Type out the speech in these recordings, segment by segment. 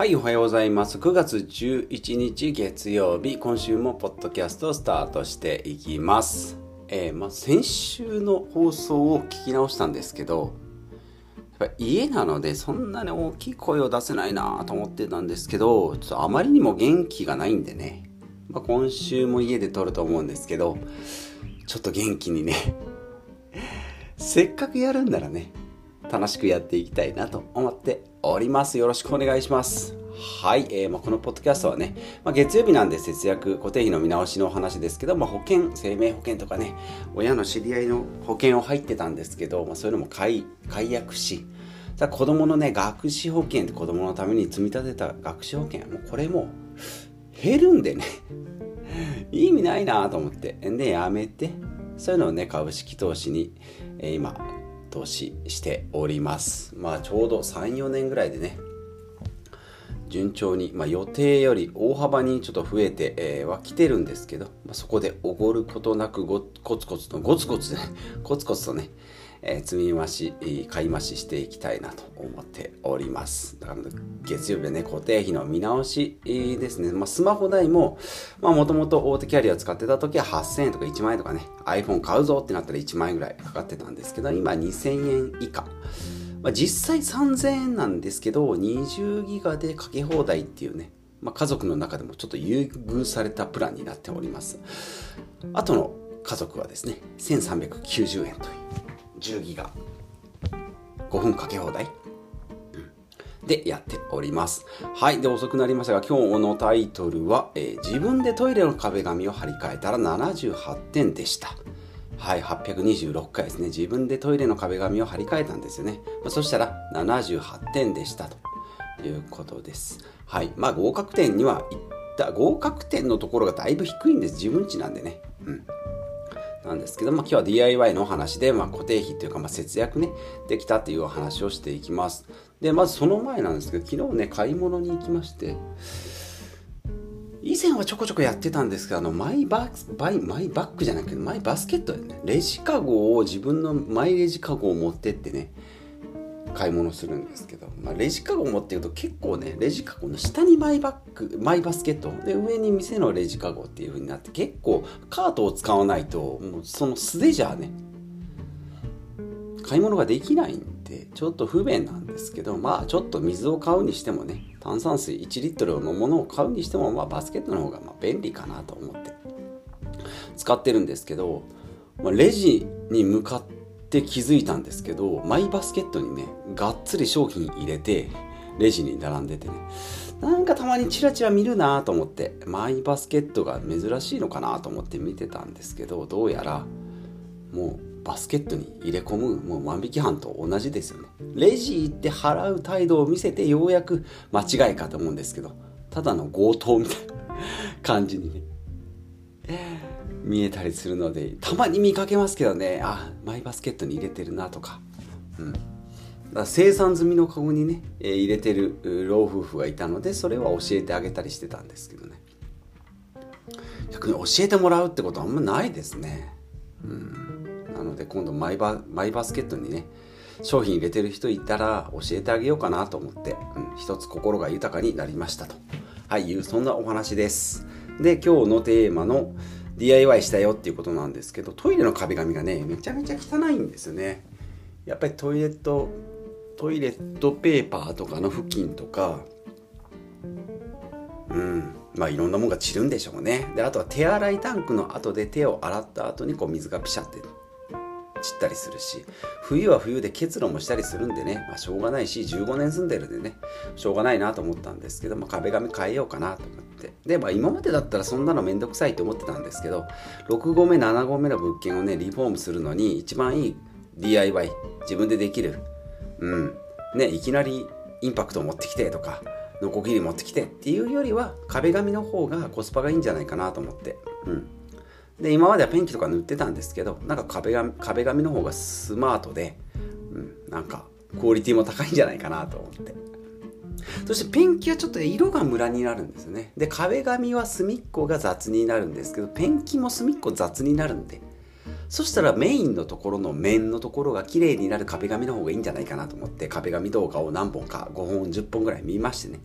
はい、おはようございます。9月11日月曜日、今週もポッドキャストをスタートしていきます。先週の放送を聞き直したんですけど、やっぱ家なのでそんなに大きい声を出せないなと思ってたんですけど、ちょっとあまりにも元気がないんでね、今週も家で撮ると思うんですけど、ちょっと元気にね、せっかくやるんならね、楽しくやっていきたいなと思っております。よろしくお願いします。はい、このポッドキャストはね、月曜日なんで節約、固定費の見直しのお話ですけど、保険、生命保険とかね、親の知り合いの保険を入ってたんですけど、そういうのも解約し、子供のね、学資保険って子供のために積み立てた学資保険、これも減るんでね、意味ないなと思って、で、やめて、そういうのをね、株式投資に、今、投資しております。ちょうど 3,4 年ぐらいでね、順調に、予定より大幅にちょっと増えて、は来てるんですけど、そこでおごることなくコツコツとね、積み増し買い増ししていきたいなと思っております。だから月曜日でね、固定費の見直しですね。スマホ代ももともと大手キャリアを使ってた時は8,000円とか1万円とかね、 iPhone 買うぞってなったら1万円ぐらいかかってたんですけど、今2,000円以下、実際3,000円なんですけど、20ギガでかけ放題っていうね、家族の中でもちょっと優遇されたプランになっております。あとの家族はですね、1,390円という10ギガ5分かけ放題でやっております。はい。で、遅くなりましたが、今日のタイトルは、自分でトイレの壁紙を貼り替えたら78点でした。はい、826回ですね。自分でトイレの壁紙を貼り替えたんですよね。そしたら78点でしたということです。はい。合格点にはいった。合格点のところがだいぶ低いんです。自分家なんでね。なんですけど、今日は DIY のお話で、固定費というか、節約ね、できたっていうお話をしていきます。で、まずその前なんですけど、昨日ね、買い物に行きまして、以前はちょこちょこやってたんですけど、マイバッグじゃなくて、マイバスケットでね、レジカゴを自分のマイレジカゴを持ってってね、買い物するんですけど、レジカゴ持っていると結構ね、レジカゴの下にマイバスケットで、上に店のレジカゴっていう風になって、結構カートを使わないと、もうその素手じゃね、買い物ができないんでちょっと不便なんですけど、ちょっと水を買うにしてもね、炭酸水1リットルのものを買うにしても、バスケットの方が便利かなと思って使ってるんですけど、レジに向かって気づいたんですけど、マイバスケットにね、がっつり商品入れてレジに並んでてね、なんかたまにチラチラ見るなと思って、マイバスケットが珍しいのかなと思って見てたんですけど、どうやらもうバスケットに入れ込むもう万引き犯と同じですよね。レジ行って払う態度を見せてようやく間違いかと思うんですけど、ただの強盗みたいな感じにね見えたりするので、たまに見かけますけどね、マイバスケットに入れてるなとか、だから生産済みのカゴにね、入れてる老夫婦がいたので、それは教えてあげたりしてたんですけどね、逆に教えてもらうってことはあんまないですね。なので今度マイバスケットにね、商品入れてる人いたら教えてあげようかなと思って、一つ心が豊かになりましたと、そんなお話です。で、今日のテーマの DIY したよっていうことなんですけど、トイレの壁紙がね、めちゃめちゃ汚いんですよね。やっぱりトイレットペーパーとかの付近とか、いろんなものが散るんでしょうね。で、あとは手洗いタンクの後で手を洗った後に水がピシャって散ったりするし、冬は冬で結露もしたりするんでね、しょうがないし、15年住んでるんでね、しょうがないなと思ったんですけど、壁紙変えようかなと思って、で、今までだったらそんなのめんどくさいと思ってたんですけど、6合目7合目の物件をね、リフォームするのに一番いい DIY、 自分でできる、いきなりインパクトを持ってきてとかノコギリ持ってきてっていうよりは、壁紙の方がコスパがいいんじゃないかなと思って、で、今まではペンキとか塗ってたんですけど、なんか壁紙の方がスマートで、なんかクオリティも高いんじゃないかなと思って、そしてペンキはちょっと色がムラになるんですよね。で、壁紙は隅っこが雑になるんですけど、ペンキも隅っこ雑になるんで、そしたらメインのところの面のところが綺麗になる壁紙の方がいいんじゃないかなと思って、壁紙動画を何本か5本10本ぐらい見ましてね、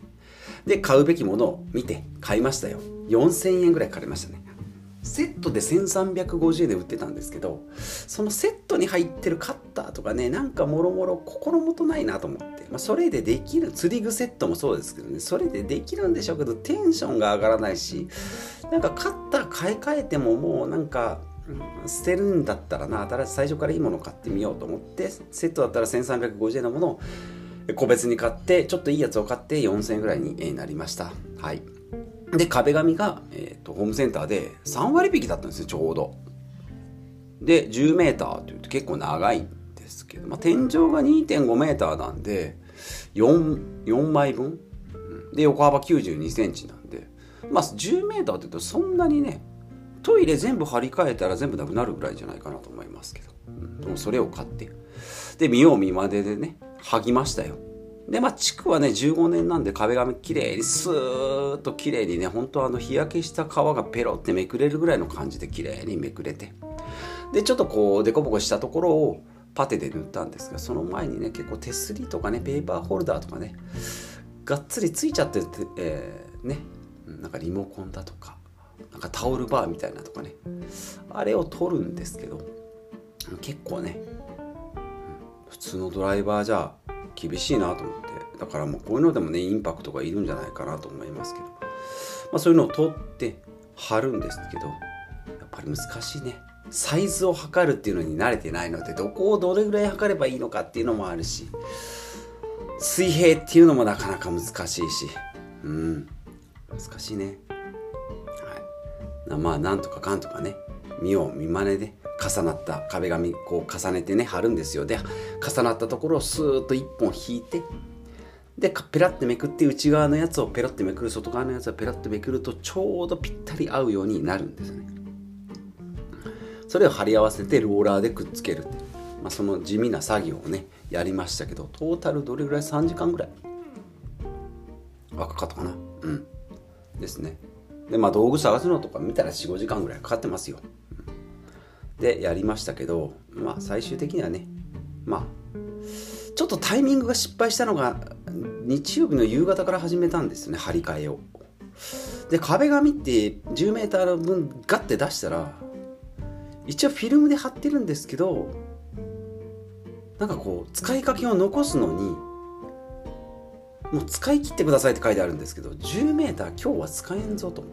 で買うべきものを見て買いましたよ。4000円ぐらいかかりましたね。セットで1350円で売ってたんですけど、そのセットに入ってるカッターとかね、なんかもろもろ心もとないなと思って、それでできる、釣り具セットもそうですけどね、それでできるんでしょうけどテンションが上がらないし、なんかカッター買い替えてももうなんか捨てるんだったらな、最初からいいものを買ってみようと思って、セットだったら1350円のものを個別に買って、ちょっといいやつを買って4000円ぐらいになりました。はい。で壁紙が、ホームセンターで3割引きだったんですよ、ちょうど。で10メーターというと結構長いんですけど、天井が 2.5 メーターなんで 4枚分で横幅92センチなんで、10メーターというとそんなにね、トイレ全部張り替えたら全部なくなるぐらいじゃないかなと思いますけど、でもそれを買ってで見よう見まねでね剥ぎましたよ。で築はね15年なんで壁紙きれいにスーッときれいにね、本当日焼けした皮がペロってめくれるぐらいの感じできれいにめくれて、でちょっとこうデコボコしたところをパテで塗ったんですが、その前にね結構手すりとかねペーパーホルダーとかねがっつりついちゃってて、なんかリモコンだとかなんかタオルバーみたいなとかね、あれを取るんですけど、結構ね、普通のドライバーじゃ厳しいなと思って、だからもうこういうのでもねインパクトがいるんじゃないかなと思いますけど、そういうのを取って貼るんですけど、やっぱり難しいね。サイズを測るっていうのに慣れてないので、どこをどれぐらい測ればいいのかっていうのもあるし、水平っていうのもなかなか難しいし、難しいね。はい。なんとかかんとかね、見よう見まねで重なった壁紙こう重ねてね貼るんですよ。で重なったところをスーッと1本引いて、でペラッてめくって、内側のやつをペラッてめくる、外側のやつをペラッてめくるとちょうどぴったり合うようになるんですよね。それを貼り合わせてローラーでくっつける、その地味な作業をねやりましたけど、トータルどれぐらい、3時間ぐらい若かったかな。ですね。で道具探すのとか見たら 4,5 時間ぐらいかかってますよ。でやりましたけど、最終的にはね、ちょっとタイミングが失敗したのが日曜日の夕方から始めたんですよね、張り替えを。で壁紙って10メーターの分ガッて出したら、一応フィルムで貼ってるんですけど、なんかこう使いかけを残すのにもう使い切ってくださいって書いてあるんですけど、10メーター今日は使えんぞと思って、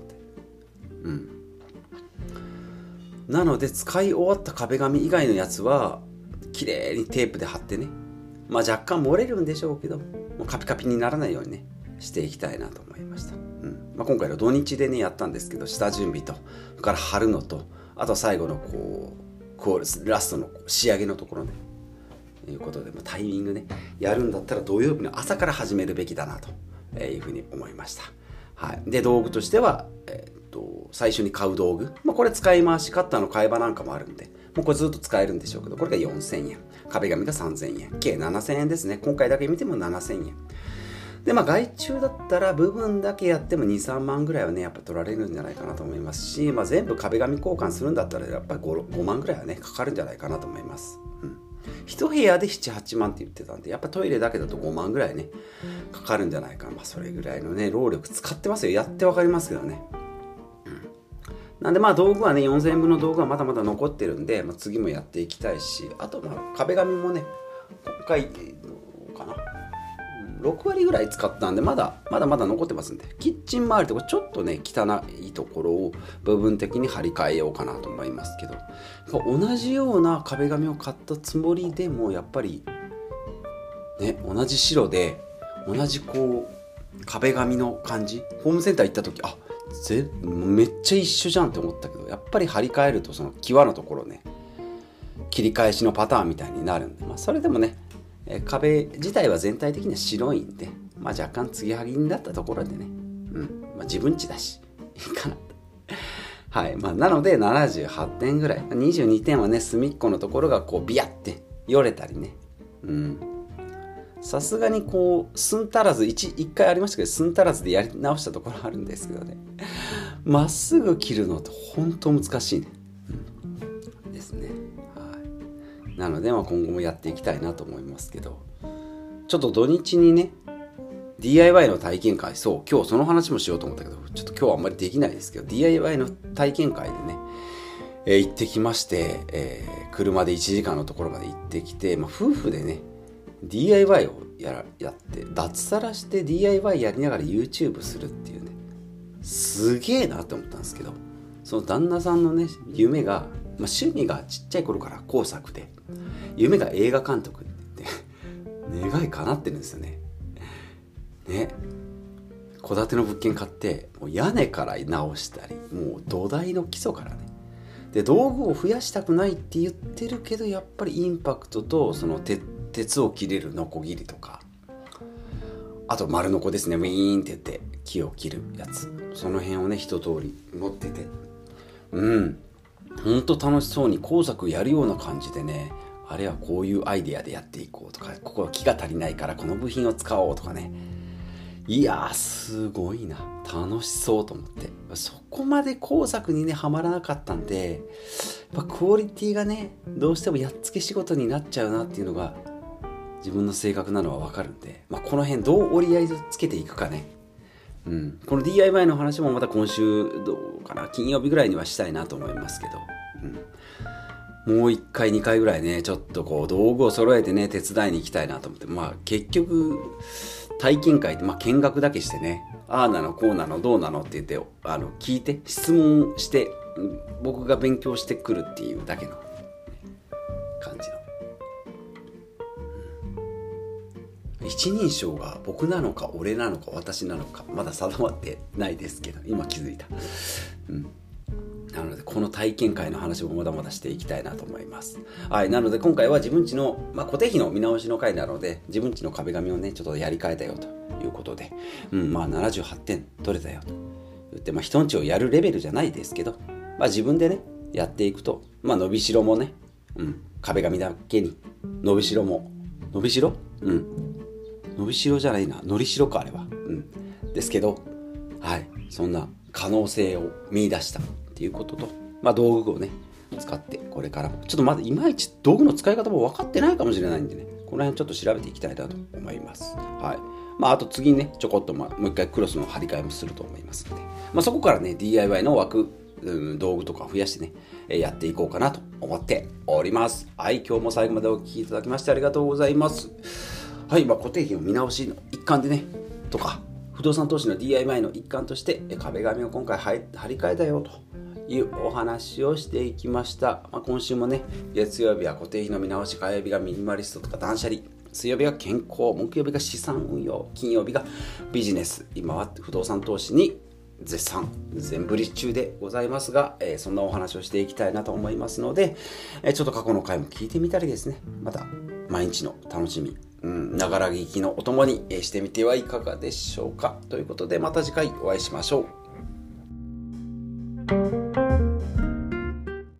なので使い終わった壁紙以外のやつは綺麗にテープで貼ってね、若干漏れるんでしょうけど、もうカピカピにならないようにねしていきたいなと思いました。今回の土日でねやったんですけど、下準備とそれから貼るのと、あと最後のこうラストの仕上げのところね、いうことでタイミングねやるんだったら土曜日の朝から始めるべきだなというふうに思いました。はい。で道具としては、最初に買う道具、これ使い回しカッターの替え刃なんかもあるんで、もうこれずっと使えるんでしょうけど、これが4000円、壁紙が3000円、計7000円ですね。今回だけ見ても7000円で、外注だったら部分だけやっても 2,3 万ぐらいはねやっぱ取られるんじゃないかなと思いますし、全部壁紙交換するんだったらやっぱり 5万ぐらいはねかかるんじゃないかなと思います。一部屋で 7,8 万って言ってたんで、やっぱトイレだけだと5万ぐらいねかかるんじゃないかな。それぐらいのね労力使ってますよ。やってわかりますけどね。なんで道具はね4000円分の道具はまだまだ残ってるんで、次もやっていきたいし、あと壁紙もね今回どうかな6割ぐらい使ったんでまだ残ってますんで、キッチン周りとかちょっとね汚いところを部分的に張り替えようかなと思いますけど、同じような壁紙を買ったつもりでもやっぱりね、同じ白で同じこう壁紙の感じ、ホームセンター行った時めっちゃ一緒じゃんって思ったけど、やっぱり張り替えるとその際のところね切り返しのパターンみたいになるんで、それでもね壁自体は全体的には白いんで、若干継ぎはぎになったところでね、自分家だしいいかなと。はい。なので78点ぐらい、22点はね隅っこのところがこうビヤってよれたりね、さすがにこう寸足らず1回ありましたけど、寸足らずでやり直したところあるんですけどね、まっすぐ切るのって本当難しいね、ですね。はい。なので今後もやっていきたいなと思いますけど、ちょっと土日にね DIY の体験会、そう今日その話もしようと思ったけど、ちょっと今日はあんまりできないですけど、 DIY の体験会でね、行ってきまして、車で1時間のところまで行ってきて、夫婦でね DIY をやって脱サラして DIY やりながら YouTube するっていうね、すげえなって思ったんですけど、その旦那さんのね夢が、趣味がちっちゃい頃から工作で、夢が映画監督って願い叶ってるんですよね。戸建ての物件買って、もう屋根から直したり、もう土台の基礎からね、で道具を増やしたくないって言ってるけど、やっぱりインパクトとその鉄を切れるノコギリとか、あと丸ノコですね、ウィーンって言って木を切るやつ、その辺をね一通り持ってて、ほんと楽しそうに工作やるような感じでね、あれはこういうアイデアでやっていこうとか、ここは木が足りないからこの部品を使おうとかね、いやーすごいな、楽しそうと思って、そこまで工作にねハマらなかったんで、やっぱクオリティがねどうしてもやっつけ仕事になっちゃうなっていうのが自分の性格なのは分かるんで、この辺どう折り合いつけていくかね。この DIY の話もまた今週どうかな、金曜日ぐらいにはしたいなと思いますけど、もう1回2回ぐらいねちょっとこう道具を揃えてね手伝いに行きたいなと思って、結局体験会で見学だけしてね、ああなのこうなのどうなのって言って聞いて質問して僕が勉強してくるっていうだけの感じの、一人称が僕なのか俺なのか私なのかまだ定まってないですけど、今気づいた。なのでこの体験会の話もまだまだしていきたいなと思います。なので今回は自分家の、固定費の見直しの回なので、自分家の壁紙をねちょっとやり替えたよということで、78点取れたよと言って、人ん家をやるレベルじゃないですけど、自分でねやっていくと、伸びしろもね、壁紙だけに伸びしろも伸びしろじゃないな、のりしろかあれは、ですけど、そんな可能性を見出したっていうことと、道具をね使ってこれからもちょっとまだいまいち道具の使い方も分かってないかもしれないんでね、この辺ちょっと調べていきたいなと思います。あと次にねちょこっともう一回クロスの張り替えもすると思いますので、そこからね DIY の枠、道具とか増やしてねやっていこうかなと思っております。今日も最後までお聞きいただきましてありがとうございます。固定費の見直しの一環でねとか、不動産投資の DIY の一環として壁紙を今回張り替えたよというお話をしていきました。今週もね月曜日は固定費の見直し、火曜日がミニマリストとか断捨離、水曜日が健康、木曜日が資産運用、金曜日がビジネス、今は不動産投資に絶賛全振り中でございますが、そんなお話をしていきたいなと思いますので、ちょっと過去の回も聞いてみたりですね、また毎日の楽しみ、ながら聞きのお供にしてみてはいかがでしょうか。ということでまた次回お会いしましょう。